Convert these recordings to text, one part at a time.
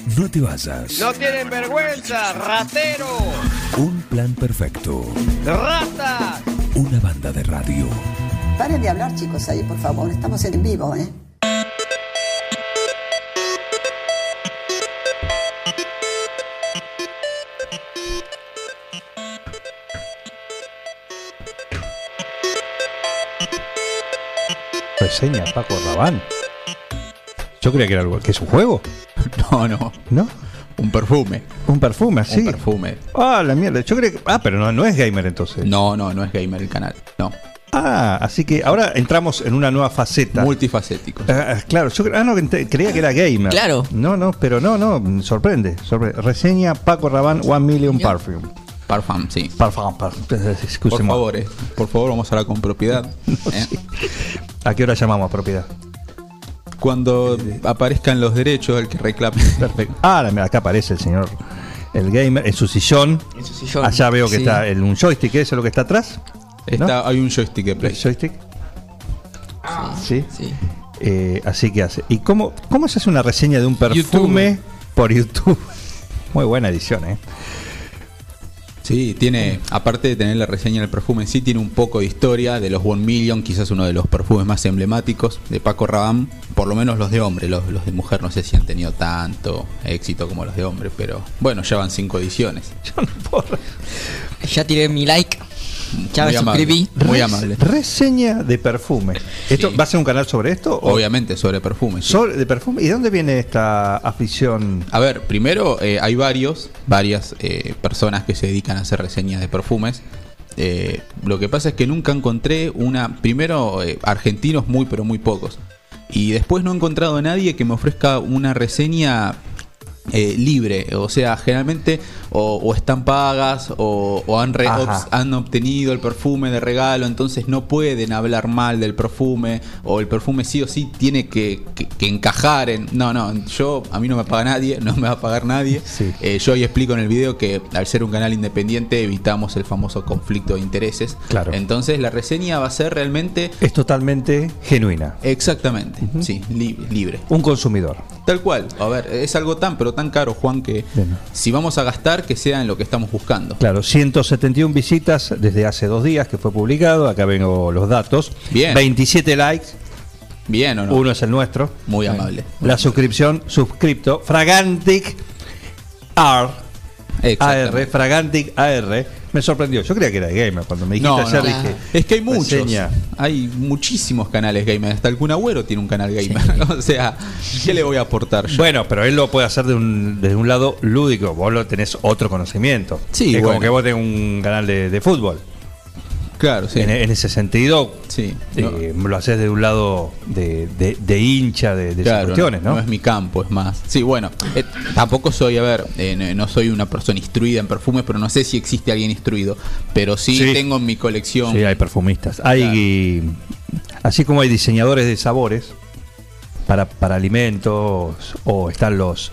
No te vayas. No tienen vergüenza, ratero. Un plan perfecto. Rata. Una banda de radio. Paren de hablar, chicos, ahí, por favor. Estamos en vivo, ¿eh? Reseña Paco Rabanne. Yo creía que era algo, que es un juego. No. ¿No? Un perfume. Un perfume, así. Un perfume. Ah, la mierda. Yo creo que. Ah, pero no es gamer entonces. No es gamer el canal. No. Ah, así que ahora entramos en una nueva faceta. Multifacético. Claro, yo creía que era gamer. Claro. No, pero no, sorprende. Reseña Paco Rabanne 1 Million Perfume. Parfum, sí. Parfum. Por favor, vamos a hablar con propiedad. Sí. ¿A qué hora llamamos a propiedad? Cuando aparezcan los derechos del que reclame. Perfecto. Ah, mira, acá aparece el señor, el gamer, en su sillón. Allá veo que está un joystick, ¿eso es lo que está atrás? ¿No? Hay un joystick de Play. ¿Joystick? Sí. Sí. Así que hace. ¿Y cómo se hace una reseña de un perfume por YouTube? Muy buena edición, ¿eh? Sí, tiene, aparte de tener la reseña del perfume, sí tiene un poco de historia de los 1 Million, quizás uno de los perfumes más emblemáticos de Paco Rabanne, por lo menos los de hombre, los de mujer no sé si han tenido tanto éxito como los de hombre, pero bueno, ya van 5 ediciones. Yo no puedo. Ya tiré mi like. Ya me suscribí. Muy amable. Reseña de perfume. ¿Esto va a ser un canal sobre esto? Obviamente, sobre perfume. Sí. ¿Sobre de perfume? ¿Y de dónde viene esta afición? A ver, primero hay varias personas que se dedican a hacer reseñas de perfumes. Lo que pasa es que nunca encontré primero argentinos pero muy pocos. Y después no he encontrado a nadie que me ofrezca una reseña libre, o sea, generalmente o están pagas o han obtenido el perfume de regalo, entonces no pueden hablar mal del perfume, o el perfume sí o sí tiene que encajar en... No, a mí no me paga nadie, no me va a pagar nadie. Sí. Yo hoy explico en el video que al ser un canal independiente evitamos el famoso conflicto de intereses. Claro. Entonces la reseña va a ser realmente... Es totalmente genuina. Exactamente, sí, libre. Un consumidor. Tal cual. A ver, es algo tan caro, Juan, que si vamos a gastar, que sea en lo que estamos buscando. Claro, 171 visitas desde hace 2 días que fue publicado. Acá vengo los datos. Bien. 27 likes. Bien, ¿o no? Uno es el nuestro. Muy amable. La suscripción, suscripto. Fragantic AR. Fragantic AR. Me sorprendió. Yo creía que era gamer. Cuando me dijiste ayer dije... Es que hay muchos. Reseña. Hay muchísimos canales gamer. Hasta el Kun Agüero tiene un canal gamer. Sí. O sea, ¿qué le voy a aportar yo? Bueno, pero él lo puede hacer desde un lado lúdico. Vos lo tenés otro conocimiento. Sí, es como que vos tenés un canal de fútbol. Claro, sí. En ese sentido, sí, lo haces de un lado de hincha de claro, cuestiones, ¿no? No es mi campo, es más. Sí, bueno, tampoco soy, no soy una persona instruida en perfumes, pero no sé si existe alguien instruido. Pero sí tengo en mi colección. Sí, hay perfumistas. Hay, así como hay diseñadores de sabores para alimentos, o están los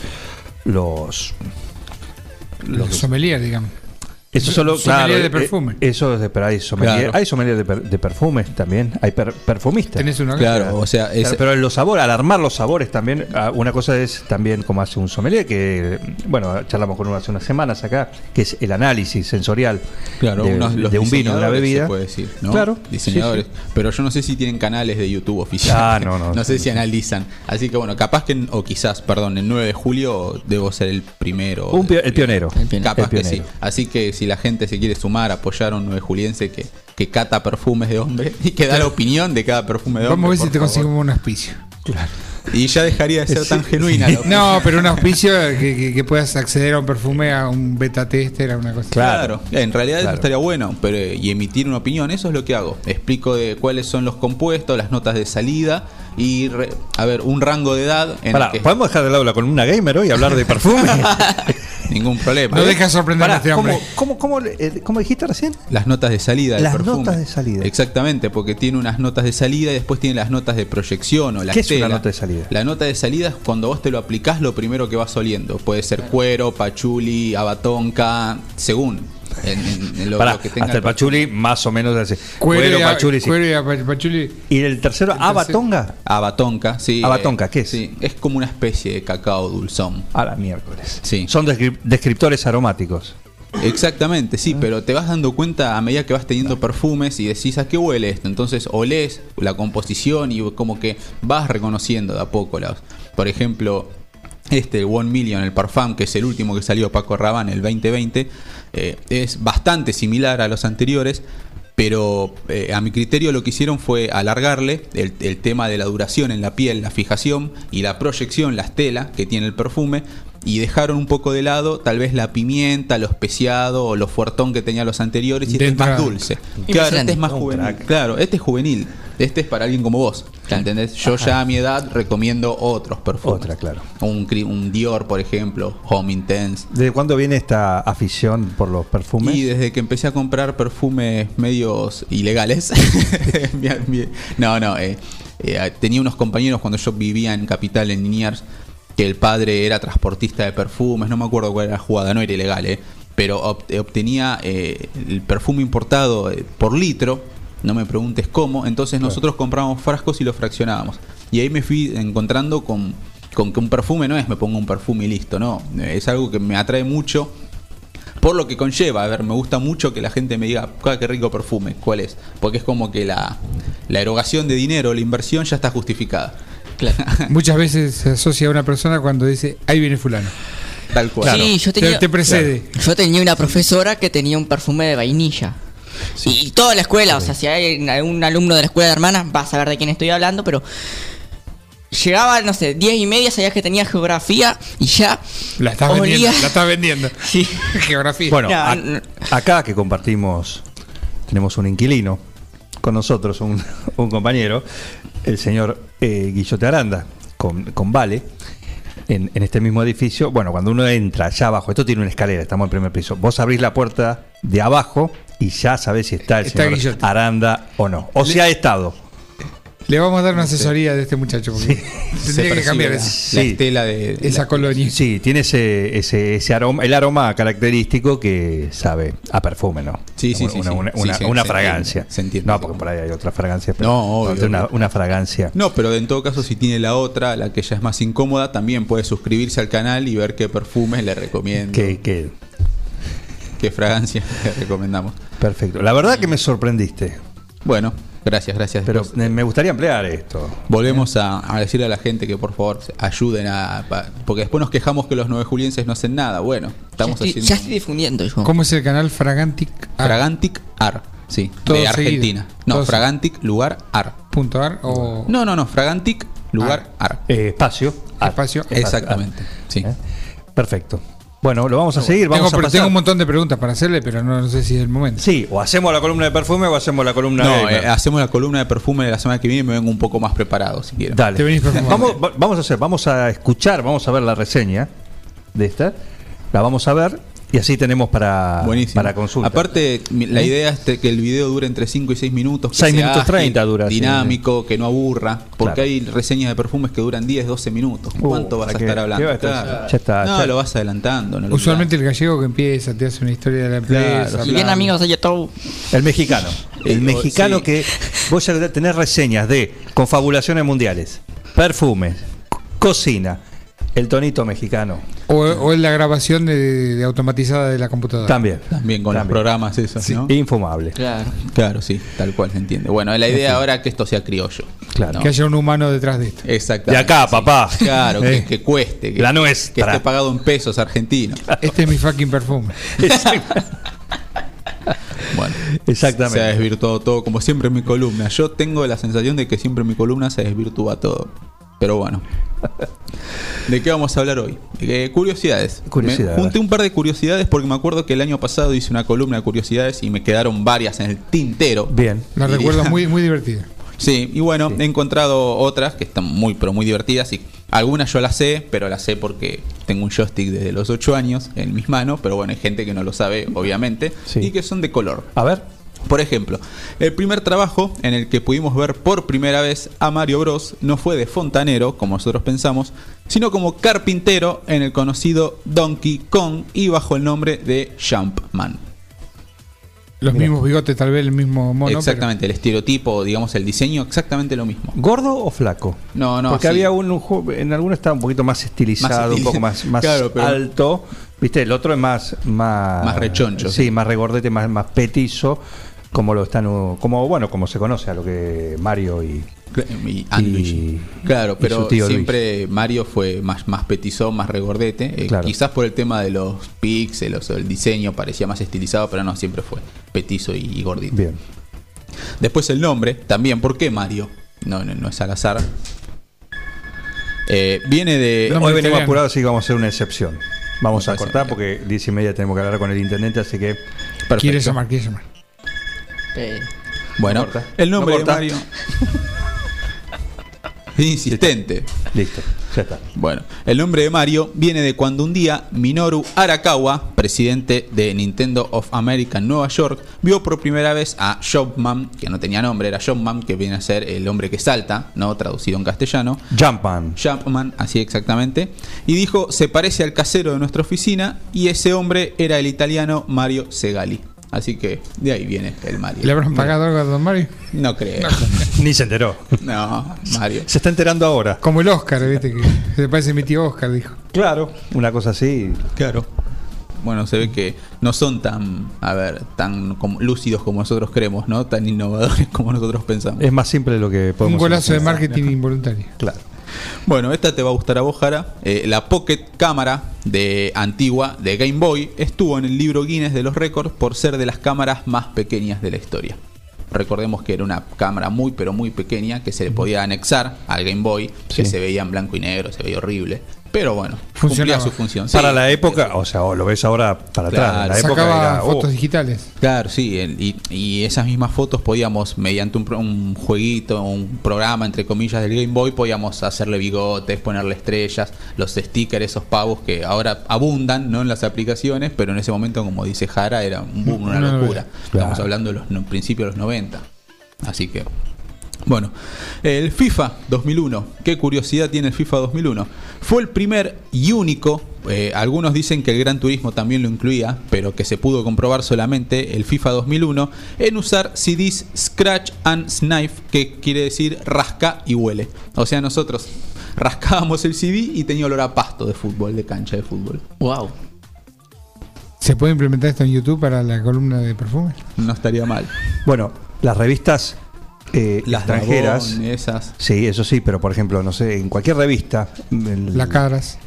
sommeliers, digamos. Eso solo, sommelier de perfume. Eso es pero hay sommelier, hay sommelier de perfumes también, hay perfumistas. Tenés uno acá. Claro, o sea, pero en los sabores, al armar los sabores también, una cosa es también como hace un sommelier, que bueno, charlamos con uno hace unas semanas acá, que es el análisis sensorial de un vino, de una bebida. Se puede decir, ¿no? Claro, diseñadores. Sí. Pero yo no sé si tienen canales de YouTube oficiales. No sé si analizan. Así que bueno, capaz que, o quizás, perdón, el 9 de julio debo ser el primero. El pionero. Capaz que sí. Así que si la gente se quiere sumar, apoyar a un 9 juliense que cata perfumes de hombre y que da la opinión de cada perfume de hombre. Vamos a ver si te conseguimos un auspicio. Claro. Y ya dejaría de ser tan genuina. No, pero un auspicio que puedas acceder a un perfume, a un beta tester, a una cosa. Claro. En realidad eso estaría bueno, pero y emitir una opinión, eso es lo que hago. Explico de cuáles son los compuestos, las notas de salida y un rango de edad en el que... ¿Podemos dejar de lado la columna gamer hoy y hablar de perfume? Ningún problema. No deja sorprender a este hombre. ¿Cómo dijiste recién? Las notas de salida del perfume. Las notas de salida. Exactamente, porque tiene unas notas de salida y después tiene las notas de proyección o la ¿Qué es una nota de salida? La nota de salida es cuando vos te lo aplicás lo primero que vas oliendo. Puede ser cuero, pachuli, abatonca, según. Lo que tenga hasta el pachuli, más o menos así. Cuero, pachuli, sí. Pachuli. ¿Y el tercero? ¿Abatonga? Abatonca, sí. ¿Abatonca qué es? Sí, es como una especie de cacao dulzón. A la miércoles. Sí. Son descriptores aromáticos. Exactamente, sí, pero te vas dando cuenta a medida que vas teniendo perfumes y decís ¿a qué huele esto? Entonces olés la composición y como que vas reconociendo de a poco. Por ejemplo, el 1 Million, el Parfum, que es el último que salió Paco Rabanne el 2020, es bastante similar a los anteriores, pero a mi criterio lo que hicieron fue alargarle el tema de la duración en la piel, la fijación y la proyección, la estela que tiene el perfume, y dejaron un poco de lado tal vez la pimienta, lo especiado o lo fuertón que tenía los anteriores, y este es más dulce. Claro, este es más juvenil. Claro, este es juvenil. Este es para alguien como vos, ¿entendés? Yo ya a mi edad recomiendo otros perfumes. Otra, claro. Un Dior, por ejemplo, Home Intense. ¿Desde cuándo viene esta afición por los perfumes? Y desde que empecé a comprar perfumes medios ilegales. Tenía unos compañeros cuando yo vivía en Capital, en Liniers, que el padre era transportista de perfumes, no me acuerdo cuál era la jugada, no era ilegal, pero obtenía el perfume importado por litro, no me preguntes cómo, entonces nosotros comprábamos frascos y los fraccionábamos. Y ahí me fui encontrando con que un perfume no es me pongo un perfume y listo, no, es algo que me atrae mucho por lo que conlleva. A ver, me gusta mucho que la gente me diga qué rico perfume, ¿cuál es? Porque es como que la erogación de dinero, la inversión ya está justificada. Claro. Muchas veces se asocia a una persona cuando dice ahí viene fulano. Tal cual. Sí, yo tenía, te precede. Claro. Yo tenía una profesora que tenía un perfume de vainilla. Sí. Y toda la escuela, o sea, si hay algún alumno de la escuela de hermanas, va a saber de quién estoy hablando, pero llegaba, no sé, 10:30, sabías que tenía geografía y ya la estás vendiendo. Sí. Geografía. Bueno, acá que compartimos, tenemos un inquilino con nosotros, un compañero, el señor Guillote Aranda, con Vale, en este mismo edificio. Bueno, cuando uno entra allá abajo, esto tiene una escalera, estamos en el primer piso, vos abrís la puerta de abajo y ya sabés si está el señor Guillote Aranda o no, o si ha estado. Le vamos a dar una asesoría de este muchacho, porque tendría que cambiar la estela de esa colonia. Sí, tiene ese aroma, el aroma característico que sabe a perfume, ¿no? Sí. Una fragancia. Se entiende. No, porque por ahí hay otra fragancia. Pero no, obvio. Una fragancia. No, pero en todo caso, si tiene la otra, la que ya es más incómoda, también puede suscribirse al canal y ver qué perfumes le recomiendo. ¿Qué fragancia le recomendamos? Perfecto. La verdad que me sorprendiste. Bueno, gracias. Pero me gustaría ampliar esto. Volvemos a decirle a la gente que por favor ayuden porque después nos quejamos que los 9 julienses no hacen nada. Bueno, ya estoy difundiendo yo. ¿Cómo es el canal? Fragantic Ar, sí, todo de Argentina. Seguido. No, todo Fragantic lugar Ar. .ar o No, Fragantic lugar Ar. Espacio. Exactamente. Sí. Perfecto. Bueno, lo vamos a seguir. Tengo un montón de preguntas para hacerle, pero no sé si es el momento. Sí, o hacemos la columna de perfume o hacemos la columna de hacemos la columna de perfume de la semana que viene y me vengo un poco más preparado, si quieren. Dale. Vamos a escuchar, vamos a ver la reseña de esta. La vamos a ver y así tenemos para consulta. Aparte, la idea es que el video dure entre 5 y 6 minutos. 6 minutos 30 dura. Dinámico, sí. Que no aburra. Porque hay reseñas de perfumes que duran 10, 12 minutos. ¿Cuánto vas a estar hablando? Ya está. Lo vas adelantando. Usualmente el gallego que empieza te hace una historia de la empresa. Claro. Bien, amigos de YouTube. El mexicano. El mexicano, sí. Que vos ya tenés reseñas de confabulaciones mundiales, perfumes, cocina. El tonito mexicano. O en la grabación de automatizada de la computadora. También con los programas esos, sí, ¿no? Infumable. Claro, sí, tal cual se entiende. Bueno, la idea ahora es que esto sea criollo. Claro. ¿No? Que haya un humano detrás de esto. Exactamente. De acá, papá. Claro, que cueste. La nuestra. Que esté pagado en pesos argentinos. Este es mi fucking perfume. Bueno, exactamente. Se ha desvirtuado todo, como siempre en mi columna. Yo tengo la sensación de que siempre en mi columna se desvirtúa todo. Pero bueno, ¿de qué vamos a hablar hoy? Curiosidades. Me junté un par de curiosidades porque me acuerdo que el año pasado hice una columna de curiosidades y me quedaron varias en el tintero. Bien. La recuerdo muy, muy divertida. Sí, y bueno, he encontrado otras que están muy divertidas y algunas yo las sé, pero las sé porque tengo un joystick desde los 8 años en mis manos, pero bueno, hay gente que no lo sabe, obviamente, y que son de color. A ver. Por ejemplo, el primer trabajo en el que pudimos ver por primera vez a Mario Bros no fue de fontanero, como nosotros pensamos, sino como carpintero en el conocido Donkey Kong y bajo el nombre de Jumpman. Los Mirá. mismos bigotes, tal vez el mismo mono. Exactamente, el estereotipo, digamos, el diseño, exactamente lo mismo. ¿Gordo o flaco? No, Porque sí. había en algunos estaba un poquito más estilizado, un poco más Claro, pero- alto. Viste, el otro es más rechoncho. Sí, más regordete, más petizo, como lo están, como se conoce a lo que Mario y Luigi. Claro, y pero su tío siempre Mario fue más petizón, más regordete. Claro. Quizás por el tema de los píxeles o el diseño parecía más estilizado, pero no, siempre fue petizo y gordito. Bien. Después el nombre, también, ¿por qué Mario? No es al azar. Viene de... Nombre Hoy venimos italiano. apurados, así que vamos a hacer una excepción. Vamos Me a parece cortar bien. porque 10:30 tenemos que hablar con el intendente, así que Perfecto. Quiere llamar. Bueno, No corta. el nombre No de corta. Mario... Insistente. listo, ya está. Bueno, el nombre de Mario viene de cuando un día Minoru Arakawa, presidente de Nintendo of America en Nueva York, vio por primera vez a Jumpman, que no tenía nombre, era Jumpman, que viene a ser el hombre que salta, no traducido en castellano. Jumpman. Jumpman, así exactamente, y dijo, se parece al casero de nuestra oficina, y ese hombre era el italiano Mario Segali. Así que de ahí viene el Mario. ¿Le habrán pagado algo a Don Mario? No creo. Ni se enteró. No, Mario. Se está enterando ahora. Como el Oscar, ¿viste? Que se parece a mi tío Oscar, dijo. Claro, una cosa así. Claro. Bueno, se ve que no son tan lúcidos como nosotros creemos, ¿no? Tan innovadores como nosotros pensamos. Es más simple de lo que podemos Un golazo de imaginar. marketing involuntario. Claro. Bueno, esta te va a gustar a vos, Jara. La Pocket Cámara antigua de Game Boy estuvo en el libro Guinness de los récords por ser de las cámaras más pequeñas de la historia. Recordemos que era una cámara muy pero muy pequeña que se le podía anexar al Game Boy, que Sí. se veía en blanco y negro, se veía horrible. Pero bueno, Funcionaba. cumplía su función. Para Sí, la época, o sea, lo ves ahora para Claro. atrás. En la época Sacaba era, fotos digitales. Claro, sí, y esas mismas fotos podíamos, mediante un jueguito, un programa, entre comillas, del Game Boy, podíamos hacerle bigotes, ponerle estrellas, los stickers, esos pavos que ahora abundan, ¿no?, en las aplicaciones, pero en ese momento, como dice Jara, era un boom, una Una locura. novela. Estamos Claro. hablando de los principios de los 90. Así que... Bueno, el FIFA 2001, qué curiosidad tiene el FIFA 2001. Fue el primer y único, algunos dicen que el Gran Turismo también lo incluía, pero que se pudo comprobar solamente el FIFA 2001, en usar CDs Scratch and Sniff, que quiere decir rasca y huele. O sea, nosotros rascábamos el CD y tenía olor a pasto de fútbol, de cancha de fútbol. Wow. ¿Se puede implementar esto en YouTube para la columna de perfume? No estaría mal. Bueno, las revistas Las extranjeras. Dragón, esas. Sí, eso sí, pero por ejemplo, no sé, en cualquier revista. Las caras.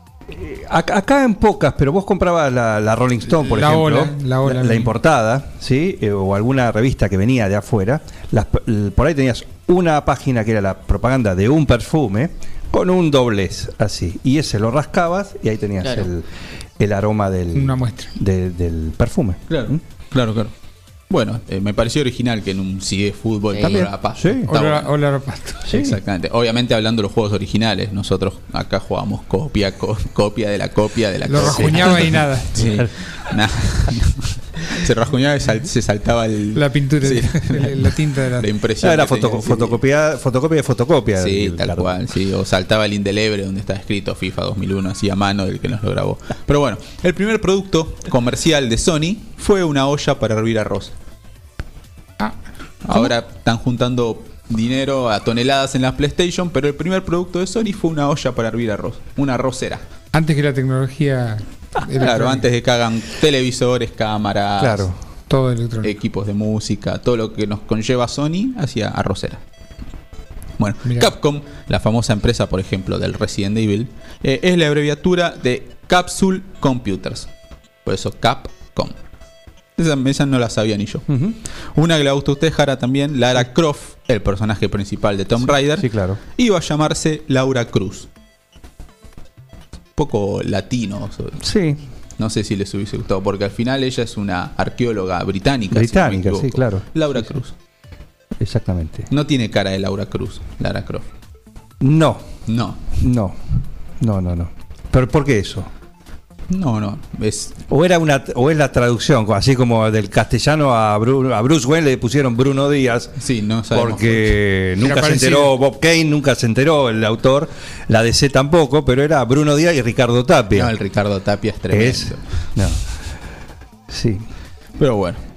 Acá en pocas, pero vos comprabas la Rolling Stone, por La ejemplo, Ola, la Ola, la importada, ¿sí? O alguna revista que venía de afuera. Por ahí tenías una página que era la propaganda de un perfume con un doblez así. Y ese lo rascabas y ahí tenías Claro. el aroma Una muestra. del perfume. Claro, ¿Mm? claro. Bueno, me pareció original que en un CD de fútbol Sí. también También. Sí. Olor a pasto. Sí. Exactamente. Obviamente hablando de los juegos originales, nosotros acá jugábamos copia de la copia de la Lo copia. rajuñaba y nada. Sí. Nah. Se rajuñaba y se saltaba La pintura, Sí. la tinta de la la... impresión. Era que tenía el CD. fotocopia de fotocopia. Sí, del tal cartón. cual, sí. O saltaba el indeleble donde está escrito FIFA 2001, así a mano, el que nos lo grabó. Pero bueno, el primer producto comercial de Sony fue una olla para hervir arroz. Ah, Ahora están juntando dinero a toneladas en la PlayStation, pero el primer producto de Sony fue una olla para hervir arroz, una arrocera. antes que la tecnología... Claro, electrónica. antes de que hagan televisores, cámaras, Claro. Todo electrónico. equipos de música, todo lo que nos conlleva Sony hacia arrocera. Bueno, Mirá. Capcom, la famosa empresa, por ejemplo, del Resident Evil, es la abreviatura de Capsule Computers. Por eso Capcom. Esa no la sabía ni yo. Ujú. Una que le gusta a usted, Jara, también, Lara Croft, el personaje principal de Tomb Raider, Sí, claro. iba a llamarse Laura Cruz. Un poco latino, Sí, no sé si les hubiese gustado, porque al final ella es una arqueóloga británica. Británica, si no me equivoco. sí, claro. Laura Sí, sí. Cruz. exactamente. No tiene cara de Laura Cruz, Lara Croft. No, No, no. ¿Pero por qué eso? no, es... O es la traducción, así como del castellano a Bruce Wayne le pusieron Bruno Díaz, Sí, no sabemos. porque nunca se parecido. enteró Bob Kane, nunca se enteró el autor, la DC tampoco, pero era Bruno Díaz y Ricardo Tapia. No, el Ricardo Tapia es tremendo. Es, no. Sí. Pero bueno.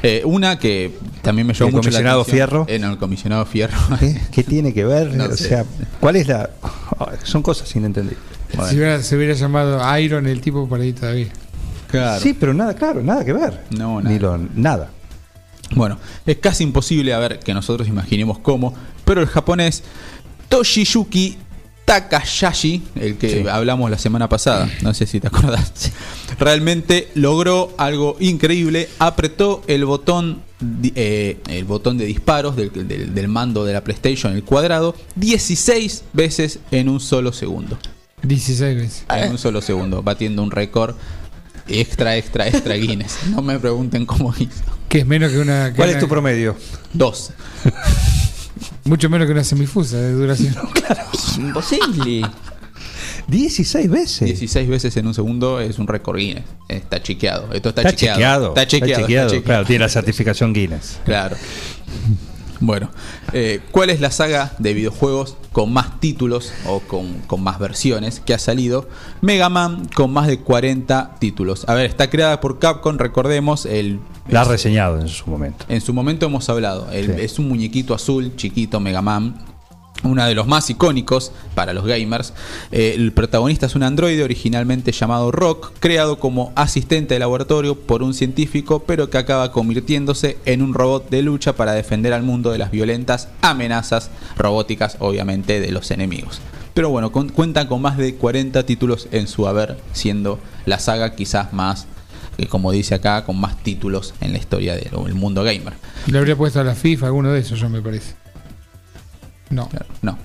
Una que también me llamó ¿El mucho la comisionado atención. Fierro? No, el comisionado Fierro. ¿Qué tiene que ver? No O sé. sea, ¿cuál es la...? Son cosas inentendibles. Bueno. Si se hubiera llamado Iron el tipo por ahí todavía. Claro. Sí, pero nada que ver. No, nada. Nada. Bueno, es casi imposible a ver que nosotros imaginemos cómo, pero el japonés Toshiyuki Takahashi, el que Sí. hablamos la semana pasada, no sé si te acordás, realmente logró algo increíble. Apretó el botón de disparos del mando de la PlayStation, el cuadrado, 16 veces en un solo segundo. 16 veces. En un solo segundo, batiendo un récord extra Guinness. No me pregunten cómo hizo. Que es menos que una. que ¿Cuál es una- tu promedio? 2. Mucho menos que una semifusa de duración. Imposible. 16 veces. 16 veces en un segundo es un récord Guinness. Está chequeado. Esto está, Está chequeado. chequeado. Está chequeado. Claro, tiene la certificación Guinness. Claro. Bueno, ¿cuál es la saga de videojuegos con más títulos o con más versiones que ha salido? Mega Man, con más de 40 títulos. A ver, está creada por Capcom, recordemos. La has reseñado en su momento. En su momento hemos hablado. Sí. Es un muñequito azul, chiquito, Mega Man. Uno de los más icónicos para los gamers. El protagonista es un androide originalmente llamado Rock, creado como asistente de laboratorio por un científico, pero que acaba convirtiéndose en un robot de lucha para defender al mundo de las violentas amenazas robóticas, obviamente, de los enemigos. Pero bueno, cuenta con más de 40 títulos en su haber, siendo la saga quizás más, como dice acá, con más títulos en la historia del mundo gamer. Le habría puesto a la FIFA alguno de esos, yo me parece. No. Claro, no.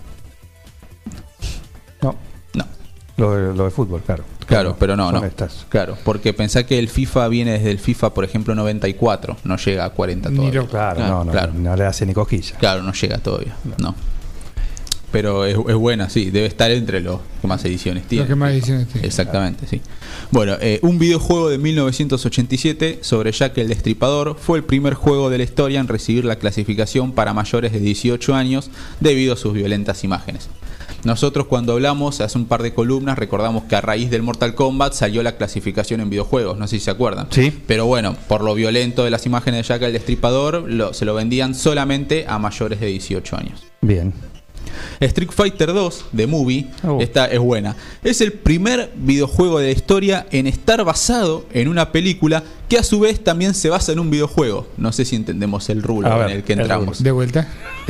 No, lo de fútbol, claro. Claro, pero no. Son estas. Claro, porque pensá que el FIFA viene desde el FIFA, por ejemplo, 94, no llega a 40 todavía. Claro, Claro. no le hace ni cosquilla. Claro, no llega todavía, no. Pero es buena, sí, debe estar entre los que más ediciones tiene. Los que más ediciones tiene. Exactamente, sí. Bueno, un videojuego de 1987 sobre Jack el Destripador fue el primer juego de la historia en recibir la clasificación para mayores de 18 años debido a sus violentas imágenes. Nosotros cuando hablamos hace un par de columnas recordamos que a raíz del Mortal Kombat salió la clasificación en videojuegos, no sé si se acuerdan. Sí. Pero bueno, por lo violento de las imágenes de Jack el Destripador, se lo vendían solamente a mayores de 18 años. Bien. Street Fighter 2 de Movie, Oh. esta es buena. Es el primer videojuego de la historia en estar basado en una película que a su vez también se basa en un videojuego. No sé si entendemos el rubro A ver, en el que el entramos. De vuelta.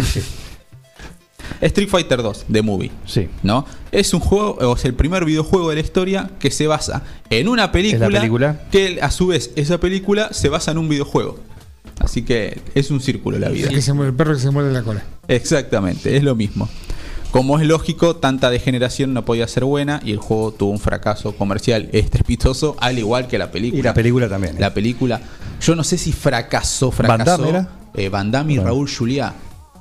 Street Fighter 2 de Movie. Sí. ¿No? Es un juego, o es el primer videojuego de la historia que se basa en una película, ¿Es la película? que a su vez esa película se basa en un videojuego. Así que es un círculo la vida. El perro que se muerde la cola. Exactamente, es lo mismo. Como es lógico, tanta degeneración no podía ser buena y el juego tuvo un fracaso comercial estrepitoso, al igual que la película. Y la película también. La película, yo no sé si fracasó. ¿Van Damme era? Van Damme y Bueno. Raúl Juliá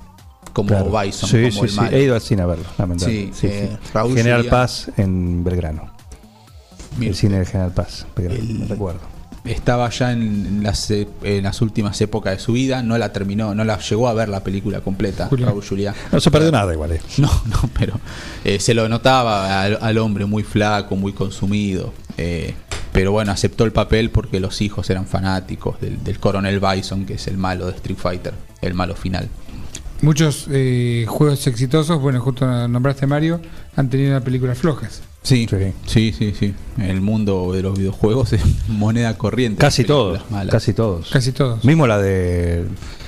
como Claro. Bison, Sí, como sí, el sí. malo. He ido al cine a verlo, lamentablemente. Sí, Raúl General Juliá. Paz en Belgrano. Mira, El cine de General Paz, Belgrano, El- me recuerdo. estaba ya en las últimas épocas de su vida, no la terminó, no la llegó a ver la película completa, Julián. Raúl Juliá. No se perdió nada igual. No, pero se lo notaba al hombre muy flaco, muy consumido. Pero bueno, aceptó el papel porque los hijos eran fanáticos del coronel Bison, que es el malo de Street Fighter, el malo final. Muchos juegos exitosos, bueno, justo nombraste Mario, han tenido unas películas flojas. Sí, Sí. sí. El mundo de los videojuegos es moneda corriente. Casi Películas todos. malas. Casi todos. Casi todos. Mismo la de.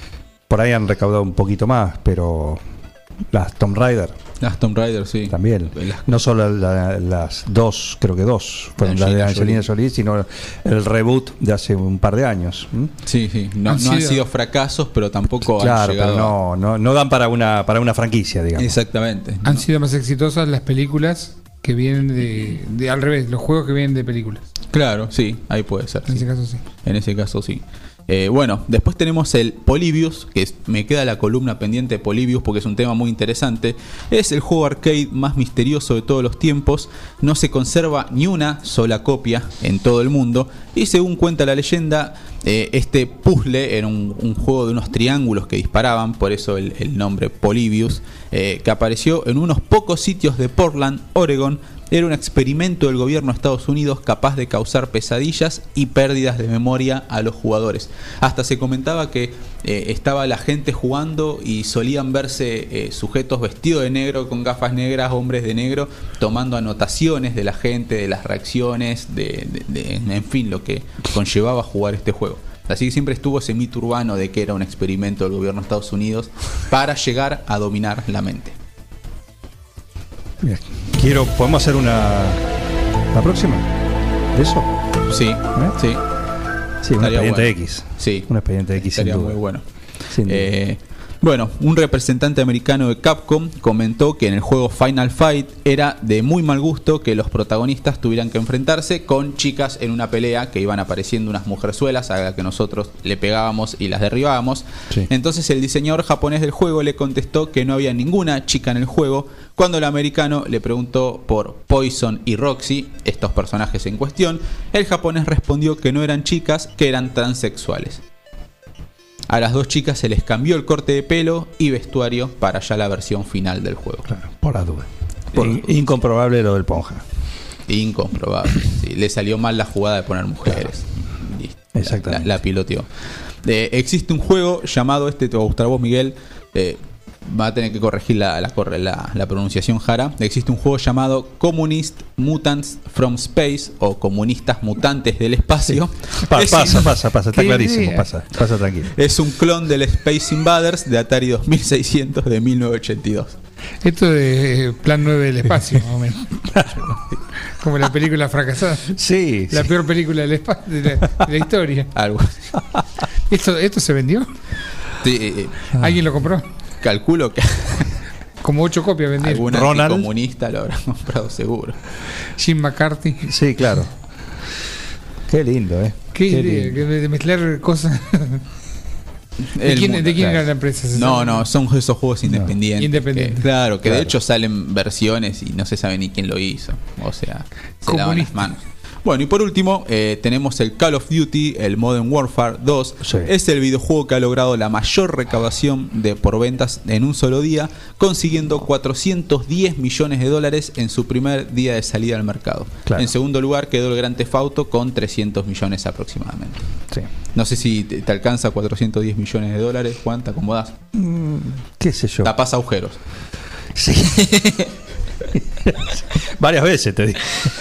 Por ahí han recaudado un poquito más, pero. Las Tomb Raider Las Tomb Raider, sí. también. Las- No solo las dos, creo que dos, fueron las de Angelina Angelina Jolie, sino el reboot de hace un par de años. ¿Mm? Sí. No han sido fracasos, pero tampoco Claro, han llegado. pero no dan para una franquicia, digamos. Exactamente. Han No. sido más exitosas las películas que vienen de al revés, los juegos que vienen de películas. Claro, sí, ahí puede ser. En sí. ese caso sí. En ese caso sí. Bueno, después tenemos el Polybius, que me queda la columna pendiente de Polybius porque es un tema muy interesante. Es el juego arcade más misterioso de todos los tiempos. No se conserva ni una sola copia en todo el mundo. Y según cuenta la leyenda, este puzzle era un juego de unos triángulos que disparaban, por eso el nombre Polybius, que apareció en unos pocos sitios de Portland, Oregon, era un experimento del gobierno de Estados Unidos capaz de causar pesadillas y pérdidas de memoria a los jugadores. Hasta se comentaba que estaba la gente jugando y solían verse sujetos vestidos de negro, con gafas negras, hombres de negro, tomando anotaciones de la gente, de las reacciones, en fin, lo que conllevaba jugar este juego. Así que siempre estuvo ese mito urbano de que era un experimento del gobierno de Estados Unidos para llegar a dominar la mente. Bien. ¿Podemos hacer la próxima? ¿De eso? Sí, sí. Sí, un Estaría expediente bueno. X. Sí. Un expediente X sin Estaría duda. muy bueno. Sin duda. Bueno, un representante americano de Capcom comentó que en el juego Final Fight era de muy mal gusto que los protagonistas tuvieran que enfrentarse con chicas en una pelea, que iban apareciendo unas mujerzuelas a las que nosotros le pegábamos y las derribábamos. Sí. Entonces el diseñador japonés del juego le contestó que no había ninguna chica en el juego, cuando el americano le preguntó por Poison y Roxy, estos personajes en cuestión. El japonés respondió que no eran chicas, que eran transexuales. A las dos chicas se les cambió el corte de pelo y vestuario para ya la versión final del juego. Claro, por la duda. Incomprobable lo del Ponja. Incomprobable. Sí, le salió mal la jugada de poner mujeres. Listo. Exactamente. La piloteó. Existe un juego llamado, te va a gustar a vos, Miguel. Va a tener que corregir la pronunciación jara. Existe un juego llamado Communist Mutants from Space, o Comunistas Mutantes del Espacio. Pasa, está Qué clarísimo, idea. pasa tranquilo. Es un clon del Space Invaders de Atari 2600 de 1982. Esto de Plan 9 del espacio, más o menos. Como la película fracasada. Sí, La sí. peor película del espacio, de la historia. Algo. ¿Esto se vendió? Sí, ¿Alguien lo compró? calculo que Como 8 copias vendieron. algún Ronald. anticomunista lo habrá comprado seguro. Jim McCarthy. Sí, claro. Qué lindo, ¿eh? Qué idea, lindo. que de mezclar cosas. ¿De El quién mundo, era claro. la empresa? ¿Se No, sabe? no, son esos juegos independientes. Independientes. Claro, que Claro. de hecho salen versiones y no se sabe ni quién lo hizo. O sea, se lavan las Comunista. manos. Bueno, y por último, tenemos el Call of Duty, el Modern Warfare 2. Sí. Es el videojuego que ha logrado la mayor recaudación por ventas en un solo día, consiguiendo $410 millones en su primer día de salida al mercado. Claro. En segundo lugar quedó el Grand Theft Auto con 300 millones aproximadamente. Sí. No sé si te alcanza $410 millones, Juan, ¿te acomodás? ¿Qué sé yo? Tapás agujeros. Sí. Varias veces te digo.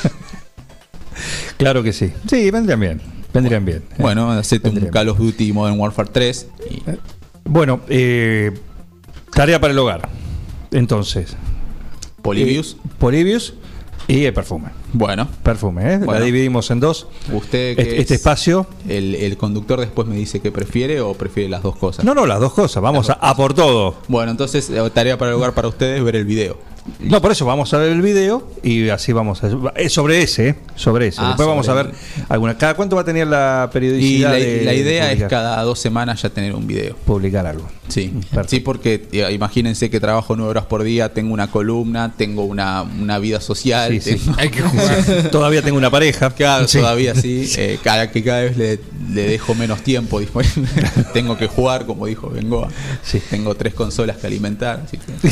Claro que sí. Sí, vendrían bien. Vendrían bien. Bueno, hacete un Vendrían Call of Duty Modern Warfare 3 y Bueno, tarea para el hogar. Entonces, Polybius. Polybius y el perfume. Bueno, Perfume, ¿eh? Bueno. La dividimos en dos. usted que Este es espacio. el conductor después me dice que prefiere o prefiere las dos cosas. No, las dos cosas. Vamos a por todo. Bueno, entonces tarea para el hogar para ustedes ver el video. No, por eso vamos a ver el video y así vamos a... Es sobre ese, sobre ese. Ah, Después vamos a sobre ver alguna... ¿Cada cuánto va a tener la Y periodicidad de la idea es publicar? cada 2 semanas ya tener un video. Publicar algo. Sí, Perfecto. sí, porque imagínense que trabajo 9 horas por día, tengo una columna, tengo una vida social. Sí, sí. tengo- Hay que jugar. Todavía tengo una pareja. Claro, Sí. todavía sí. Cada vez le dejo menos tiempo disponible. Tengo que jugar, como dijo Bengoa. Sí. Tengo 3 consolas que alimentar. Así que...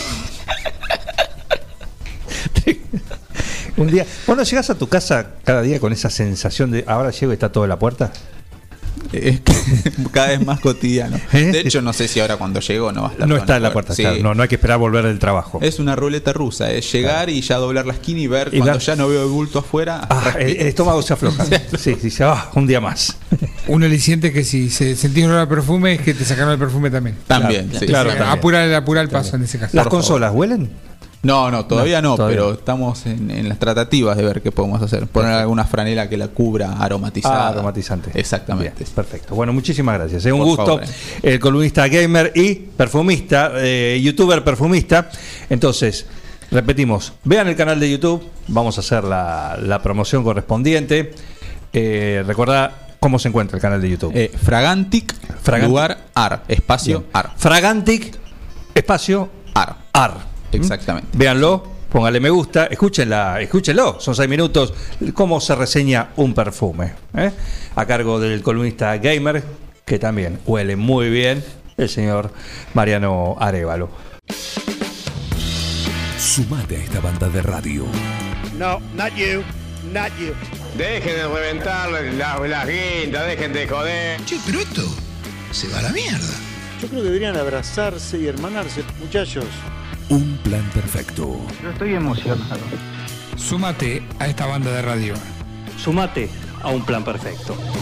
Un día, cuando llegas a tu casa cada día con esa sensación de ahora llego y está todo en la puerta. Es cada vez más cotidiano. ¿Eh? De hecho, no sé si ahora cuando llego no va a estar No todo está en la puerta, Sí. claro. No hay que esperar a volver del trabajo. Es una ruleta rusa, es llegar y ya doblar la esquina y ver Y cuando ver- ya no veo el bulto afuera. El estómago se afloja. Sí, sí, un día más. Un aliciente que si se sentís olor a perfume es que te sacaron el perfume también. También, Claro, sí. claro. Sí. también. Apura el paso en ese caso. ¿Las Por consolas huelen? No, todavía no, todavía pero no. estamos en las tratativas de ver qué podemos hacer. Poner alguna franela que la cubra aromatizada. Aromatizante. Exactamente. Bien, perfecto. Bueno, muchísimas gracias. Es un Por gusto. favor. El columnista gamer y perfumista, youtuber perfumista. Entonces, repetimos, vean el canal de YouTube. Vamos a hacer la promoción correspondiente. Recordá cómo se encuentra el canal de YouTube. Fragantic, lugar ar, espacio Bien. ar. Fragantic, espacio, Ar. ar. Exactamente. Véanlo, póngale me gusta, escúchenlo, son 6 minutos, cómo se reseña un perfume, ¿eh? A cargo del columnista gamer, que también huele muy bien, el señor Mariano Arévalo. Sumate a esta banda de radio. No, not you. Not you. Dejen de reventar las guindas, dejen de joder. Che, pero esto se va a la mierda. Yo creo que deberían abrazarse y hermanarse, muchachos. Un plan perfecto. Yo estoy emocionado. Súmate a esta banda de radio. Súmate a Un Plan Perfecto.